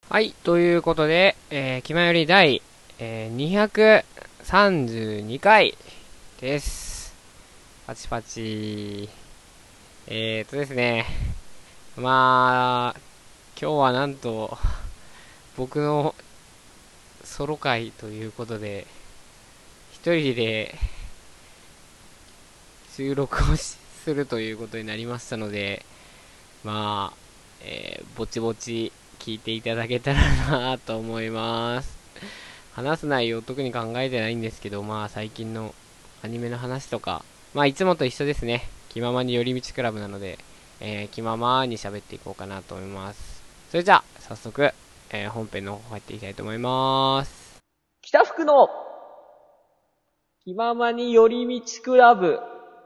はい、ということで、気まより第、232回です。パチパチ。ですね。まあ、今日はなんと、僕のソロ会ということで、一人で収録をするということになりましたので、まあ、ぼちぼち聞いていただけたらなと思います。話す内容特に考えてないんですけど、まあ最近のアニメの話とか、まあいつもと一緒ですね。気ままに寄り道クラブなので、気ままに喋っていこうかなと思います。それじゃあ、早速、本編の方入っていきたいと思います。 北福の気ままに寄り道クラブ。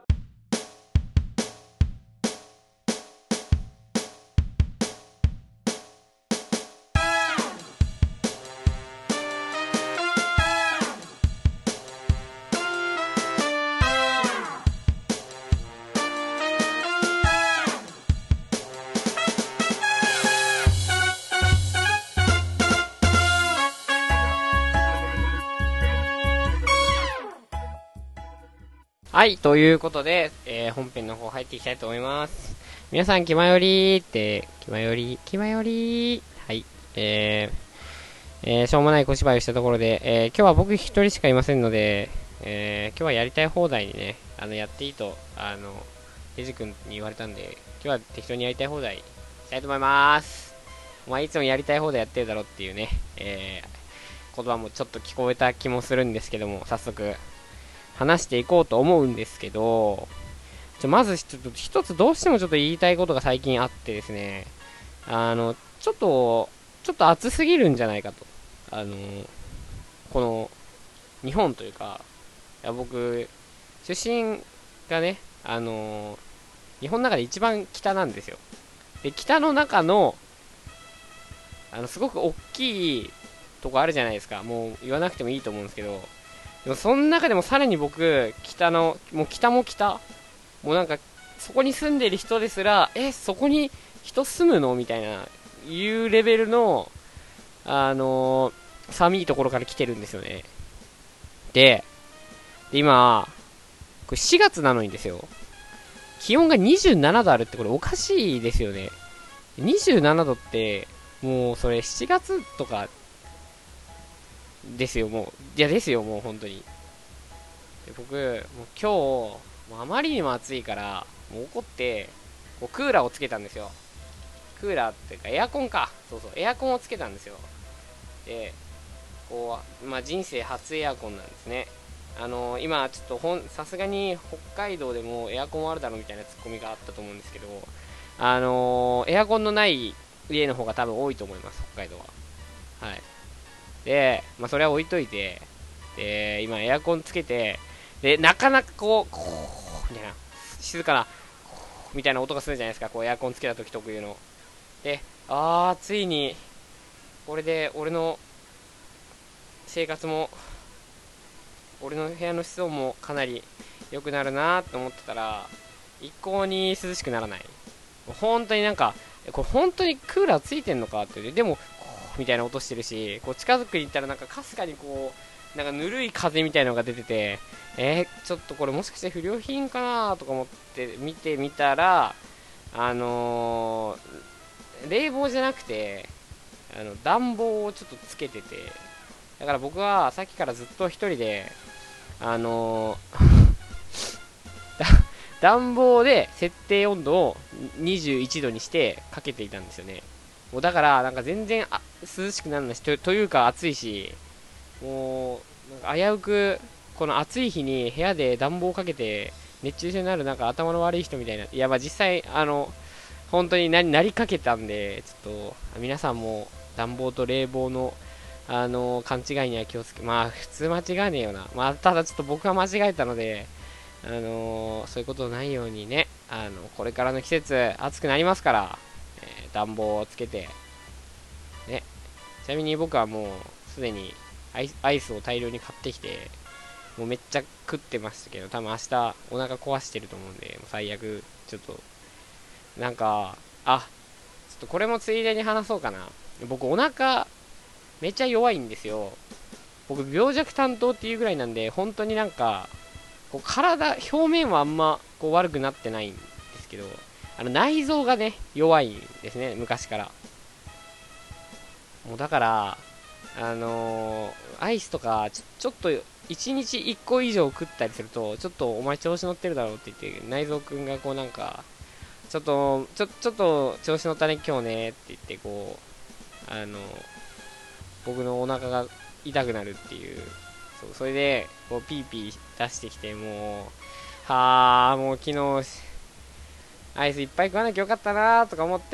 はい、ということで、本編の方入っていきたいと思います。皆さん、気まよりって、気まより、はい、しょうもない小芝居をしたところで、今日は僕一人しかいませんので、今日はやりたい放題にね、やっていいと、エジ君に言われたんで、今日は適当にやりたい放題したいと思います。お前いつもやりたい放題やってるだろっていうね、言葉もちょっと聞こえた気もするんですけども、早速、話していこうと思うんですけど、まず一つどうしてもちょっと言いたいことが最近あってですね、ちょっと暑すぎるんじゃないかと。この、日本というか、いや僕、出身がね、日本の中で一番北なんですよ。で、北の中の、すごく大きいとこあるじゃないですか。もう言わなくてもいいと思うんですけど、でもその中でもさらに僕、もう北も北もうなんか、そこに住んでる人ですら、そこに人住むのみたいな、いうレベルの、寒いところから来てるんですよね。で今、これ4月なのにですよ。気温が27度あるってこれおかしいですよね。27度って、もうそれ7月とかですよ、もう。いや、ですよ、もう本当に。で僕、もう今日、もうあまりにも暑いから、もう怒って、こうクーラーをつけたんですよ。クーラーっていうか、エアコンか。そうそう、エアコンをつけたんですよ。で、こう、まあ、人生初エアコンなんですね。今、ちょっとさすがに北海道でもエアコンあるだろうみたいなツッコミがあったと思うんですけど、エアコンのない家の方が多分多いと思います、北海道は。はい。で、まあ、それは置いといて、で、今エアコンつけて、で、なかなかみたいな、静かな、みたいな音がするじゃないですか、こうエアコンつけた時特有の。で、ついに、これで俺の生活も、俺の部屋の湿度もかなり良くなるなと思ってたら、一向に涼しくならない。本当になんか、これ本当にクーラーついてんのかって。でも、みたいな音してるし、こう近づくに行ったらなんかかすかにこう、なんかぬるい風みたいなのが出てて、ちょっとこれもしかして不良品かなとか思って見てみたら、冷房じゃなくて、暖房をちょっとつけてて、だから僕はさっきからずっと一人で、あの暖房で設定温度を21度にしてかけていたんですよね。もうだからなんか全然涼しくならないし、というか暑いし、もうなんか危うくこの暑い日に部屋で暖房をかけて熱中症になるなんか頭の悪い人みたいな。いやまあ実際本当になりかけたんで、ちょっと皆さんも暖房と冷房の勘違いには気をつけ、まあ普通間違えねえよな。まあただちょっと僕は間違えたので、そういうことないようにね、これからの季節暑くなりますから、暖房をつけて、ね。ちなみに僕はもうすでにアイスを大量に買ってきて、もうめっちゃ食ってましたけど、多分明日お腹壊してると思うんで、もう最悪、ちょっと、なんか、ちょっとこれもついでに話そうかな。 僕お腹めっちゃ弱いんですよ。僕病弱担当っていうぐらいなんで、本当になんかこう体表面はあんまこう悪くなってないんですけど、内臓がね弱いんですね、昔から。もうだからアイスとかちょっと1日1個以上食ったりすると、ちょっとお前調子乗ってるだろうって言って、内臓くんがこうなんかちょっと調子乗ったね今日ねって言って、こう僕のお腹が痛くなるっていう。それでこうピーピー出してきて、もうもう昨日アイスいっぱい食わなきゃよかったなーとか思って、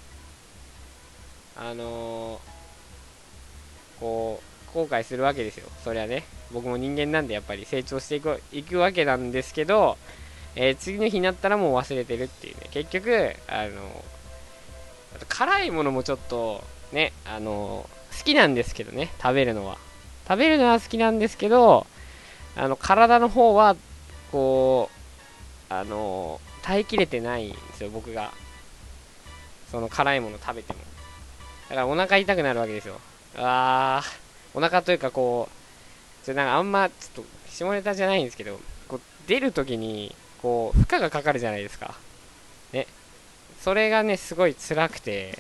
こう後悔するわけですよ。そりゃね、僕も人間なんでやっぱり成長していくわけなんですけど、次の日になったらもう忘れてるっていうね。結局あと辛いものもちょっとね、好きなんですけどね、食べるのは好きなんですけど、体の方はこう耐えきれてないんですよ、僕が。その辛いもの食べても。だからお腹痛くなるわけですよ。お腹というかこう、なんかあんまちょっと下ネタじゃないんですけど、こう出るときにこう負荷がかかるじゃないですか。ね。それがねすごい辛くて、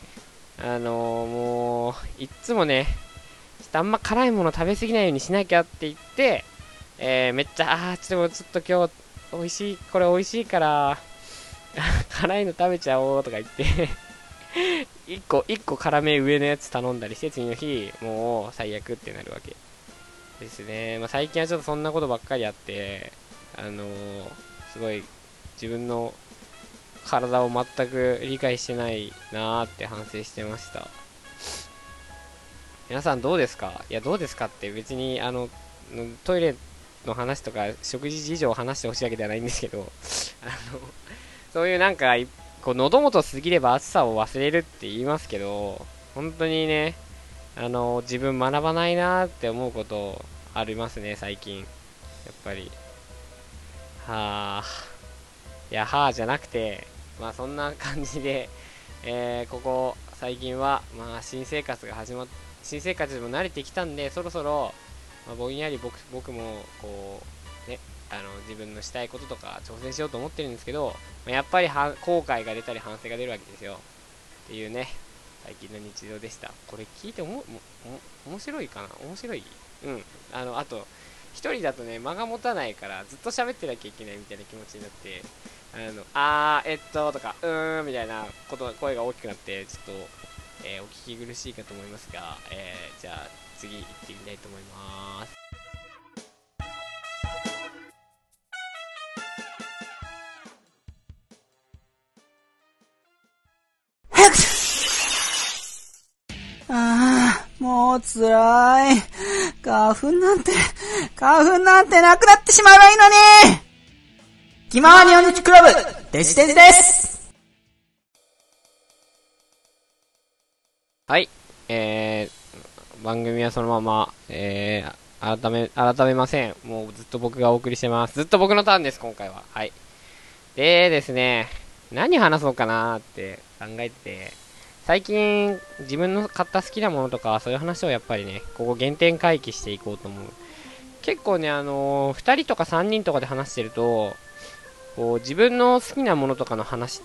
もういっつもね、ちょっとあんま辛いもの食べ過ぎないようにしなきゃって言って、めっちゃちょっと今日美味しい、これ美味しいから辛いの食べちゃおうとか言って一個辛め上のやつ頼んだりして、次の日もう最悪ってなるわけですね。まあ、最近はちょっとそんなことばっかりあって、すごい自分の体を全く理解してないなーって反省してました。皆さんどうですか？いや、どうですかって別にトイレの話とか食事事情を話してほしいわけではないんですけどそういうなんかこう喉元過ぎれば暑さを忘れるって言いますけど、本当にね、自分学ばないなーって思うことありますね、最近。やっぱり。いや、じゃなくて、まあそんな感じで、ここ最近は、まあ新生活にも慣れてきたんで、そろそろ、まあ、ぼんやり僕も、こう、ね、自分のしたいこととか挑戦しようと思ってるんですけど、まあ、やっぱり後悔が出たり反省が出るわけですよ。っていうね、最近の日常でした。これ聞いて面白いかな？面白い？うん。あと、一人だとね、間が持たないから、ずっと喋ってなきゃいけないみたいな気持ちになって、とか、みたいな声が大きくなって、ちょっと、お聞き苦しいかと思いますが、じゃあ、次行ってみたいと思います。 もう辛い。花粉なんてなくなってしまえばいいのに。気まわにおにちクラブ、デジデジです。 はい。番組はそのまま、改めません。もうずっと僕がお送りしてます。ずっと僕のターンです、今回は。はい。でですね、何話そうかなーって考えてて、最近自分の買った好きなものとかそういう話をやっぱりね、ここ原点回帰していこうと思う。結構ね、2人とか3人とかで話してると、こう自分の好きなものとかの話って、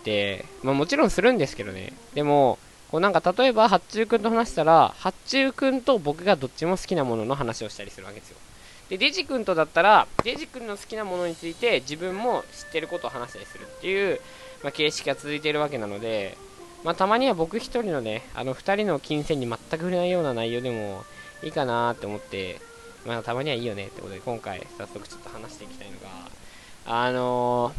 まあもちろんするんですけどね。でも、こうなんか例えば、八中くんと話したら、八中くんと僕がどっちも好きなものの話をしたりするわけですよ。で、デジ君とだったら、デジ君の好きなものについて自分も知ってることを話したりするっていう、まあ、形式が続いているわけなので、まあ、たまには僕一人のね、二人の金銭に全く触れないような内容でもいいかなーって思って、まあ、たまにはいいよねってことで、今回早速ちょっと話していきたいのが、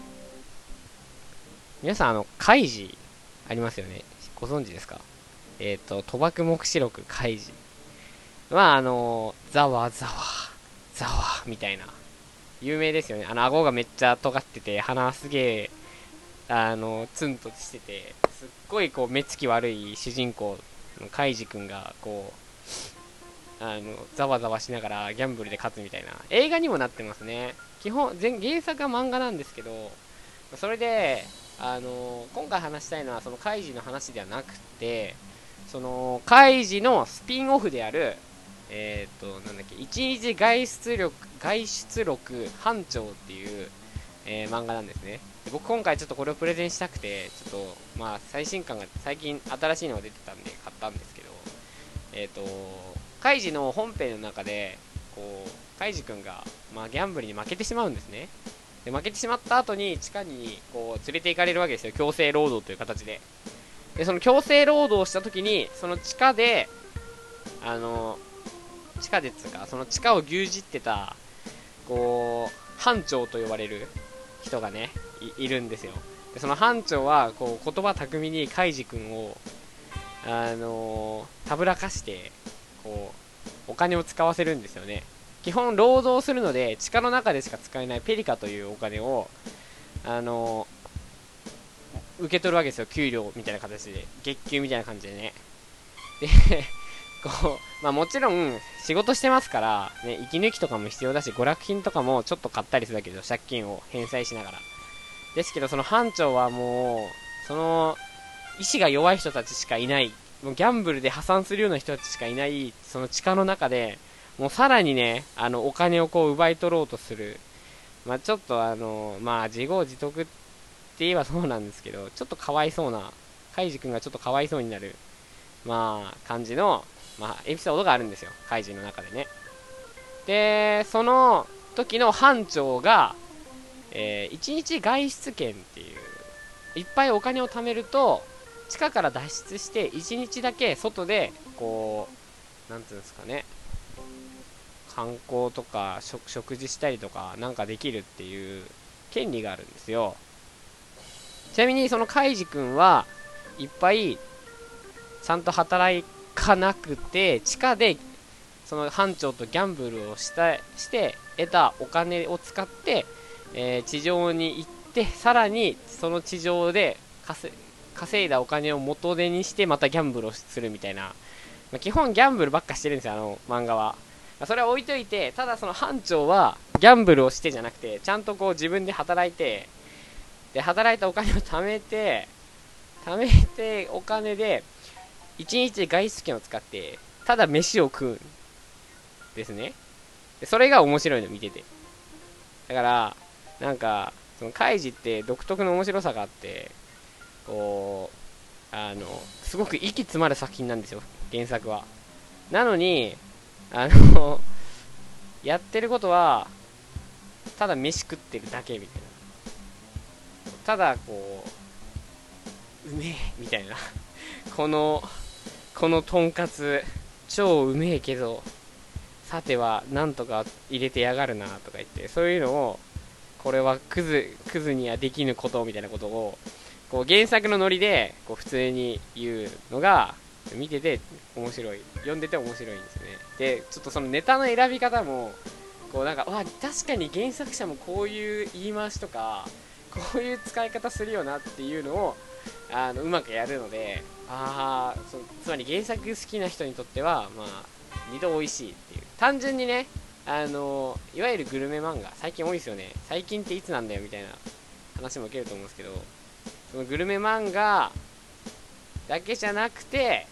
皆さんカイジありますよね。ご存知ですか？賭博目視録カイジ。まあ、ざわざわ、ざわ、みたいな。有名ですよね。顎がめっちゃ尖ってて、鼻すげえ、ツンとしてて、すっごいこう、目つき悪い主人公のカイジ君が、こう、ざわざわしながらギャンブルで勝つみたいな。映画にもなってますね。基本、原作は漫画なんですけど、それで、今回話したいのはそのカイジの話ではなくて、 そのカイジのスピンオフであるなんだっけ、一日外出力班長っていう、漫画なんですね。で僕今回ちょっとこれをプレゼンしたくて、ちょっとまあ最新刊が最近新しいのが出てたんで買ったんですけど、カイジの本編の中でこうカイジ君が、まあ、ギャンブルに負けてしまうんですね。で負けてしまった後に地下にこう連れて行かれるわけですよ、強制労働という形で。でその強制労働をした時にその地下で地下でつうかその地下を牛耳ってたこう班長と呼ばれる人がね いるんですよ。でその班長はこう言葉巧みにカイジ君をたぶらかしてこうお金を使わせるんですよね。基本労働するので地下の中でしか使えないペリカというお金を受け取るわけですよ。給料みたいな形で月給みたいな感じでね。でこうまあもちろん仕事してますからね、息抜きとかも必要だし娯楽品とかもちょっと買ったりするだけど借金を返済しながらですけど、その班長はもうその意志が弱い人たちしかいない、もうギャンブルで破産するような人たちしかいないその地下の中でもうさらにねお金をこう奪い取ろうとする、まあちょっとまあ自業自得って言えばそうなんですけど、ちょっとかわいそうなカイジ君がちょっとかわいそうになるまあ感じのまあエピソードがあるんですよ、カイジの中でね。でその時の班長が一日外出券っていういっぱいお金を貯めると地下から脱出して1日だけ外でこうなんていうんですかね、観光とか食事したりとかなんかできるっていう権利があるんですよ。ちなみにそのカイジ君はいっぱいちゃんと働かなくて地下でその班長とギャンブルをして得たお金を使って、地上に行ってさらにその地上で稼いだお金を元手にしてまたギャンブルをするみたいな、まあ、基本ギャンブルばっかしてるんですよ漫画は。それは置いといて、ただその班長はギャンブルをしてじゃなくてちゃんとこう自分で働いて、で働いたお金を貯めてお金で1日外出券を使ってただ飯を食うんですね。でそれが面白いの見てて、だからなんかそのカイジって独特の面白さがあって、こうすごく息詰まる作品なんですよ原作は。なのにやってることはただ飯食ってるだけみたいな、ただこううめえみたいなこのとんかつ超うめえけどさてはなんとか入れてやがるなとか言って、そういうのをこれはクズにはできぬことみたいなことをこう原作のノリでこう普通に言うのが見てて面白い、読んでて面白いんですね。でちょっとそのネタの選び方もこうなんか確かに原作者もこういう言い回しとかこういう使い方するよなっていうのをうまくやるので、つまり原作好きな人にとってはまあ二度美味しいっていう、単純にねいわゆるグルメ漫画最近多いですよね。最近っていつなんだよみたいな話も受けると思うんですけど、そのグルメ漫画だけじゃなくて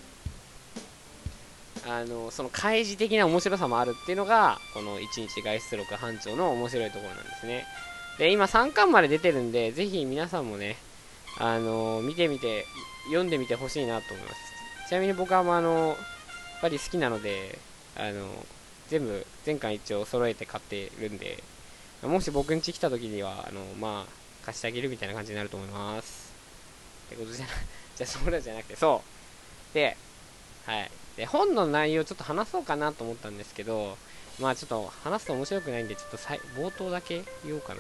その開示的な面白さもあるっていうのがこの一日外出録班長の面白いところなんですね。で今3巻まで出てるんでぜひ皆さんもね見てみて読んでみてほしいなと思います。ちなみに僕はやっぱり好きなので全巻一応揃えて買ってるんで、もし僕ん家来た時にはまあ貸してあげるみたいな感じになると思いますってことじゃあそうじゃなくて、そうで、はい、で本の内容ちょっと話そうかなと思ったんですけど、まあちょっと話すと面白くないんでちょっと冒頭だけ言おうかな。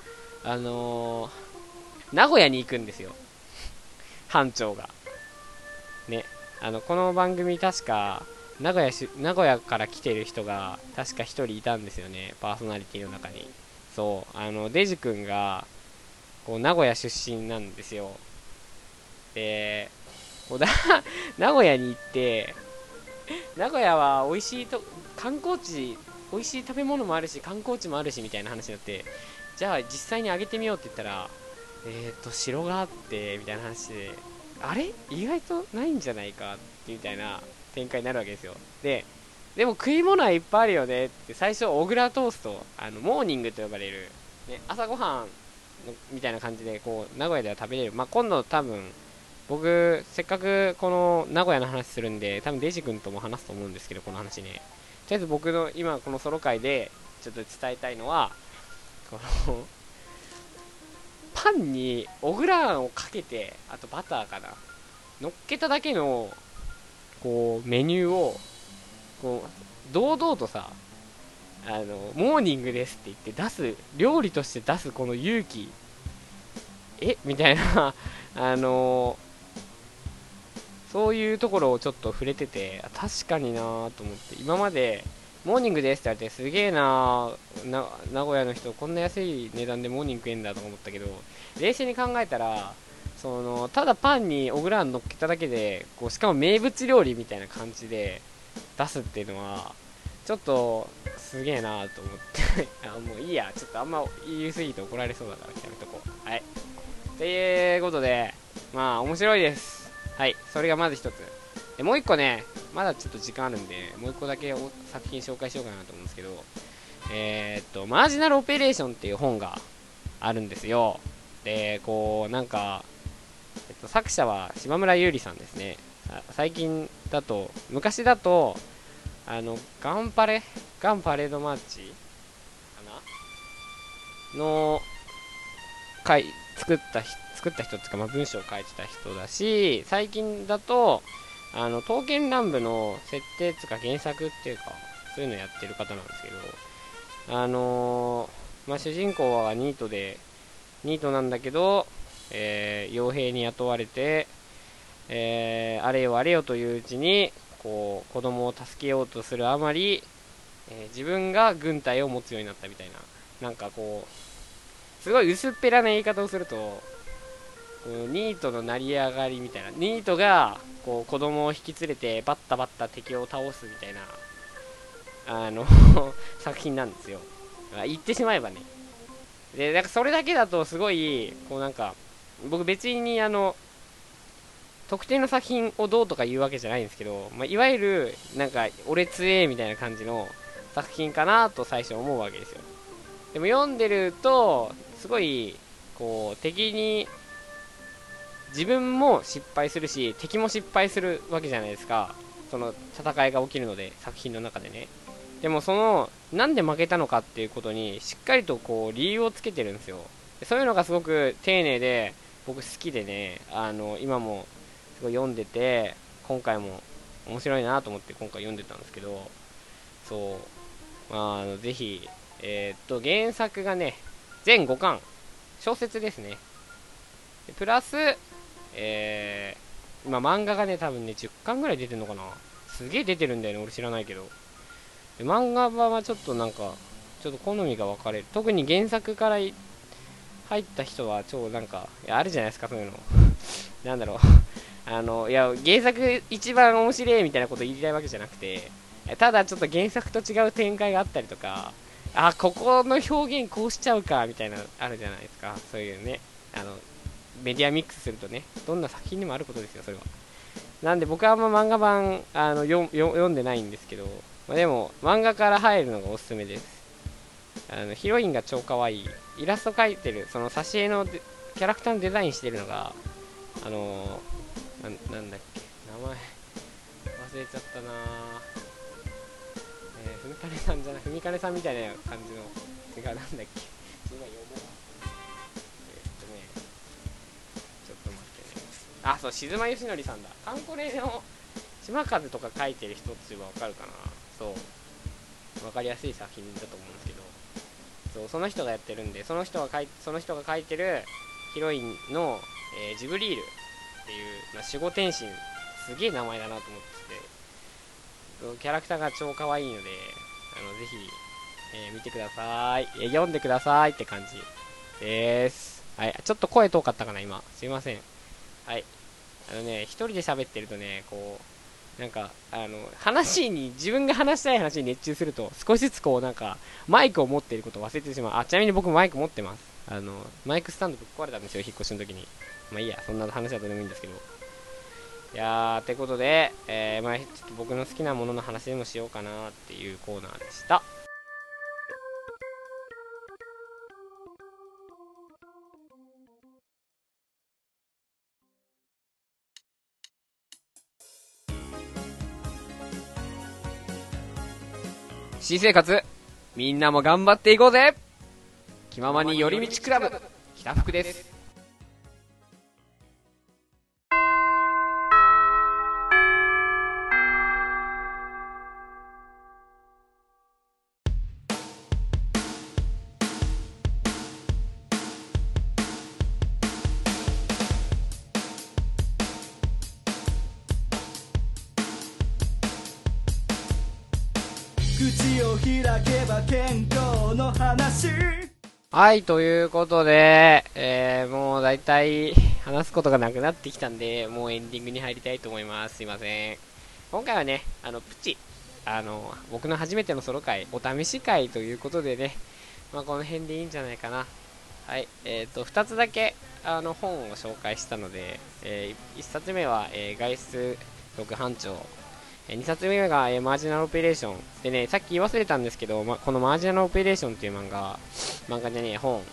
名古屋に行くんですよ班長がね。この番組確か名古屋から来てる人が確か1人いたんですよね、パーソナリティの中に。そうデジ君がこう名古屋出身なんですよ。で名古屋に行って、名古屋は美味しい観光地、美味しい食べ物もあるし観光地もあるしみたいな話になって、じゃあ実際にあげてみようって言ったら城があってみたいな話で、 あれ意外とないんじゃないかみたいな展開になるわけですよ。でも食い物はいっぱいあるよねって最初小倉トースト、モーニングと呼ばれる、ね、朝ごはんみたいな感じでこう名古屋では食べれる。まあ、今度多分僕せっかくこの名古屋の話するんで多分デジ君とも話すと思うんですけど、この話ね、とりあえず僕の今このソロ会でちょっと伝えたいのは、このパンに小倉あんをかけて、あとバターかな乗っけただけのこうメニューをこう堂々とさ、モーニングですって言って出す、料理として出すこの勇気、みたいなそういうところをちょっと触れてて、確かになーと思って、今までモーニングですって言われてすげえなー、名古屋の人こんな安い値段でモーニング食えんだと思ったけど、冷静に考えたらただパンに小倉あん乗っけただけでこう、しかも名物料理みたいな感じで出すっていうのはちょっとすげえなーと思ってもういいや、ちょっとあんま言い過ぎて怒られそうだからやめとこう。はい、ということで、まあ面白いです。はい、それがまず一つで、もう一個ね、まだちょっと時間あるんでもう一個だけ作品紹介しようかなと思うんですけど、マージナルオペレーションっていう本があるんですよ。でこうなんか、作者は島村優里さんですね。最近だと、昔だとガンパレードマーチかなの作った人っていうか、まあ、文章を書いてた人だし、最近だと刀剣乱舞の設定っていうか原作っていうかそういうのやってる方なんですけど、まあ、主人公はニートなんだけど、傭兵に雇われて、あれよあれよといううちにこう子供を助けようとするあまり、自分が軍隊を持つようになったみたいな、なんかこうすごい薄っぺらな言い方をすると、ニートの成り上がりみたいな、ニートがこう子供を引き連れてバッタバッタ敵を倒すみたいな作品なんですよ。言ってしまえばね。でなんかそれだけだとすごいこうなんか、僕別に特定の作品をどうとか言うわけじゃないんですけど、まあ、いわゆるなんか俺強えみたいな感じの作品かなと最初思うわけですよ。でも読んでるとすごいこう敵に自分も失敗するし敵も失敗するわけじゃないですか、その戦いが起きるので作品の中でね。でもなんで負けたのかっていうことにしっかりとこう理由をつけてるんですよ。そういうのがすごく丁寧で僕好きでね、今もすごい読んでて、今回も面白いなと思って今回読んでたんですけど、そう、まあ、ぜひ原作がね全5巻小説ですね。プラス今漫画がね多分ね10巻ぐらい出てるのかな、すげえ出てるんだよね、俺知らないけど。で漫画版はちょっとなんかちょっと好みが分かれる。特に原作から入った人は超なんかあるじゃないですか、そういうのなんだろういや原作一番面白いみたいなこと言いたいわけじゃなくて、ただちょっと原作と違う展開があったりとか、ここの表現こうしちゃうかみたいなあるじゃないですか。そういうね、メディアミックスするとね、どんな作品にもあることですよ、それは。なんで僕はあんま漫画版読んでないんですけど、まあ、でも漫画から入るのがおすすめです。ヒロインが超可愛い、イラスト描いてる、その挿絵のキャラクターのデザインしてるのがなんだっけ、名前忘れちゃったな。ふみかねさんじゃない、ふみかねさんみたいな感じの、違う、なんだっけ、今読もう。ちょっと待ってね。そう、静間よしのりさんだ。カンコレの島風とか書いてる人っていうのは分かるかな。そう、分かりやすい作品だと思うんですけど、そう、その人がやってるんで、その人が書いてるヒロインの、ジブリールっていう、まあ、守護天心、すげえ名前だなと思ってて、キャラクターが超可愛いので、ぜひ、見てください。読んでくださいって感じです。はい、ちょっと声遠かったかな今、すいません。はい、一人で喋ってるとね、こうなんか自分が話したい話に熱中すると少しずつこうなんかマイクを持っていることを忘れてしまう。ちなみに僕マイク持ってます。マイクスタンドぶっ壊れたんですよ、引っ越しの時に。まあいいや、そんな話はどうでもいいんですけど、 いやー、ってことで、まあちょっと僕の好きなものの話でもしようかなっていうコーナーでした。新生活、みんなも頑張っていこうぜ。気ままに寄り道クラブ、北福です。 口を開けば健康の話。 はい、ということで、もう大体話すことがなくなってきたんで、もうエンディングに入りたいと思います。すいません。今回はね、プチ、僕の初めてのソロ回、お試し回ということでね、まあこの辺でいいんじゃないかな。はい、2つだけ、本を紹介したので、1冊目は、外出6班長。2冊目が、マージナルオペレーションでね、さっき言い忘れたんですけど、このマージナルオペレーションっていう漫画じゃねえ本、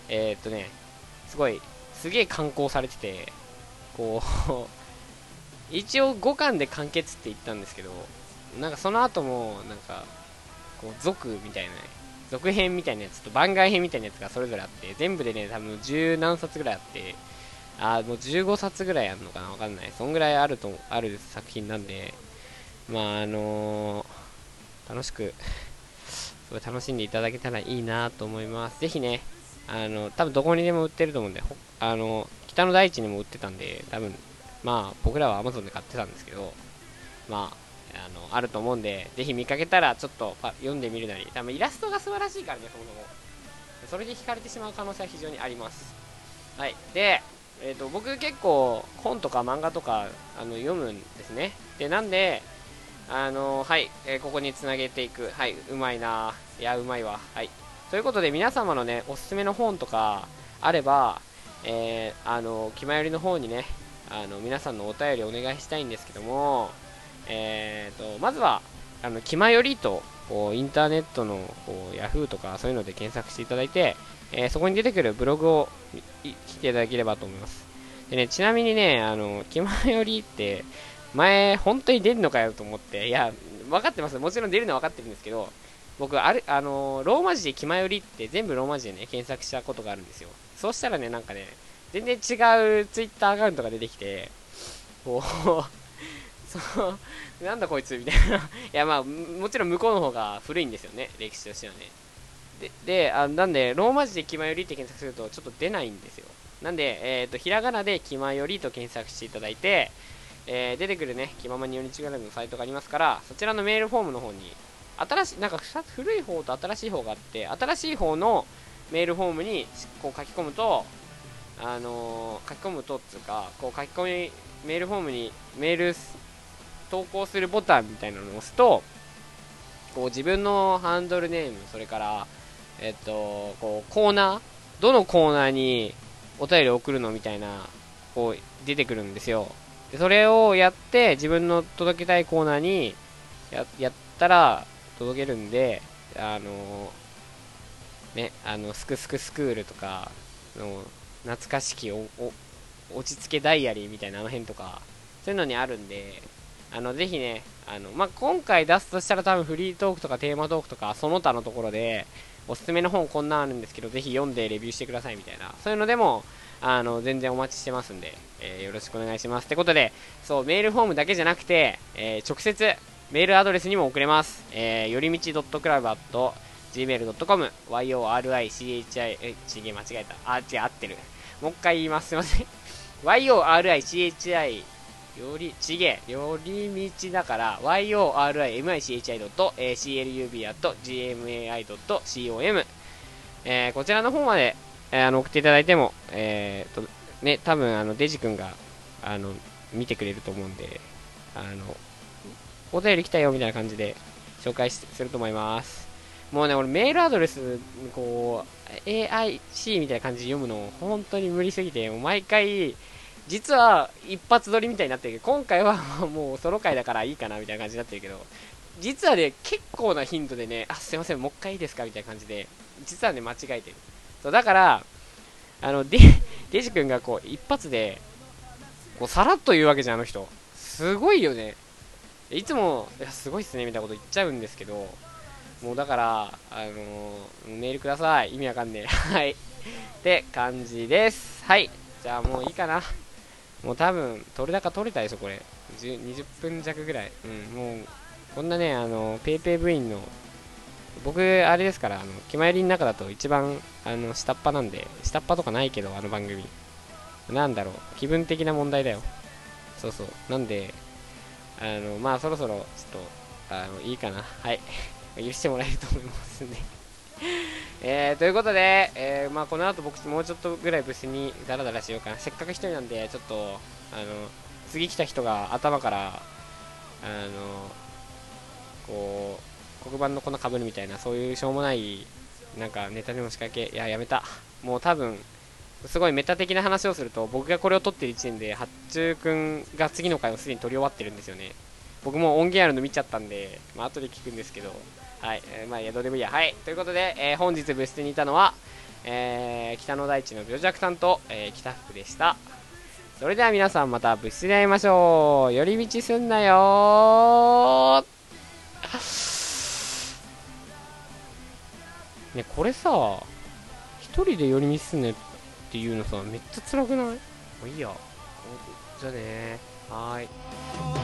すげえ刊行されてて、こう一応5巻で完結って言ったんですけど、なんかその後もなんかこう続編みたいなやつと番外編みたいなやつがそれぞれあって、全部でね多分10何冊ぐらいあって、もう15冊ぐらいあるのかな、わかんない。そんぐらいある作品なんで、まあ楽しくすごい楽しんでいただけたらいいなと思います。ぜひね、多分どこにでも売ってると思うんで、北の大地にも売ってたんで、多分まあ僕らは Amazon で買ってたんですけど、まああると思うんで、ぜひ見かけたらちょっと読んでみるなり、多分イラストが素晴らしいからね、そもそもそれで惹かれてしまう可能性は非常にあります。はい。で、僕結構本とか漫画とか読むんですね。で、なんではい、ここにつなげていく。はい、うまいな。いや、うまいわ。はい。ということで、皆様のね、おすすめの本とかあれば、気まよりの方にね、皆さんのお便りお願いしたいんですけども、まずは、気まよりと、こう、インターネットの、こう、ヤフーとかそういうので検索していただいて、そこに出てくるブログを来ていただければと思います。でね、ちなみにね、気まよりって、前、本当に出るのかよと思って、いや、分かってます。もちろん出るのは分かってるんですけど、僕、ローマ字で気まよりって全部ローマ字でね、検索したことがあるんですよ。そうしたらね、なんかね、全然違うツイッターアカウントが出てきて、こう、なんだこいつみたいな。いや、まあ、もちろん向こうの方が古いんですよね、歴史としてはね。なんで、ローマ字で気まよりって検索するとちょっと出ないんですよ。なんで、ひらがなで気まよりと検索していただいて、出てくるね、気ままに寄り道クラブのサイトがありますから、そちらのメールフォームの方に、なんか2つ古い方と新しい方があって、新しい方のメールフォームにこう書き込むと、つうか、こう書き込み、メールフォームにメール投稿するボタンみたいなのを押すと、こう自分のハンドルネーム、それから、こうコーナー、どのコーナーにお便りを送るのみたいな、こう出てくるんですよ。でそれをやって自分の届けたいコーナーにやったら届けるんで、スクスクスクールとかの懐かしき落ち着けダイアリーみたいな辺とか、そういうのにあるんで、ぜひね、今回出すとしたら多分フリートークとかテーマトークとかその他のところでおすすめの本こんなんあるんですけど、ぜひ読んでレビューしてくださいみたいな、そういうのでも全然お待ちしてますんで、よろしくお願いします。ってことで、そう、メールフォームだけじゃなくて、直接メールアドレスにも送れます。よりみち .club@gmail.com YORICHI ちげ間違えた。合ってる。もう一回言います。すいません。YORICHI よりみちだから yorimichi.club@gmail.com こちらの方まで送っていただいても、多分デジ君が見てくれると思うんで、お便り来たよみたいな感じで紹介すると思います。もうね、俺メールアドレスこう AIC みたいな感じで読むの本当に無理すぎて、もう毎回実は一発撮りみたいになってるけど、今回はもうソロ回だからいいかなみたいな感じになってるけど、実はね、結構な頻度でね、あ、すいません、もう一回いいですかみたいな感じで、実はね、間違えてる。そう、だから、デジ君がこう、一発で、こう、さらっと言うわけじゃん、あの人。すごいよね。いつも、いや、すごいっすね、みたいなこと言っちゃうんですけど、もうだから、メールください。意味わかんねえ。はい。って感じです。はい。じゃあもういいかな。もう多分、取れ高取れたでしょ、これ。20分弱ぐらい。うん、もう、こんなね、ペイペイ部員の、僕、あれですから、気まよりの中だと一番、下っ端なんで、下っ端とかないけど、あの番組。なんだろう、気分的な問題だよ。そうそう。なんで、まあ、そろそろ、ちょっと、いいかな。はい。許してもらえると思いますんで。ということで、まあ、この後僕もうちょっとぐらい部室にダラダラしようかな。せっかく一人なんで、ちょっと、次来た人が頭から、こう、黒板の粉かぶるみたいな、そういうしょうもない、なんかネタにも仕掛け、いや、やめた。もう多分、すごいメタ的な話をすると、僕がこれを撮ってる時点で、八中くんが次の回をすでに撮り終わってるんですよね。僕も音源あるの見ちゃったんで、まあ、後で聞くんですけど、はい、まあ、どうでもいいや。はい、ということで、本日部室にいたのは、北の大地の病弱さんと、北福でした。それでは皆さんまた部室で会いましょう。寄り道すんなよー。ね、これさ、一人で寄り道すんなよっていうのさ、めっちゃ辛くない？もういいや。じゃあねー。はーい。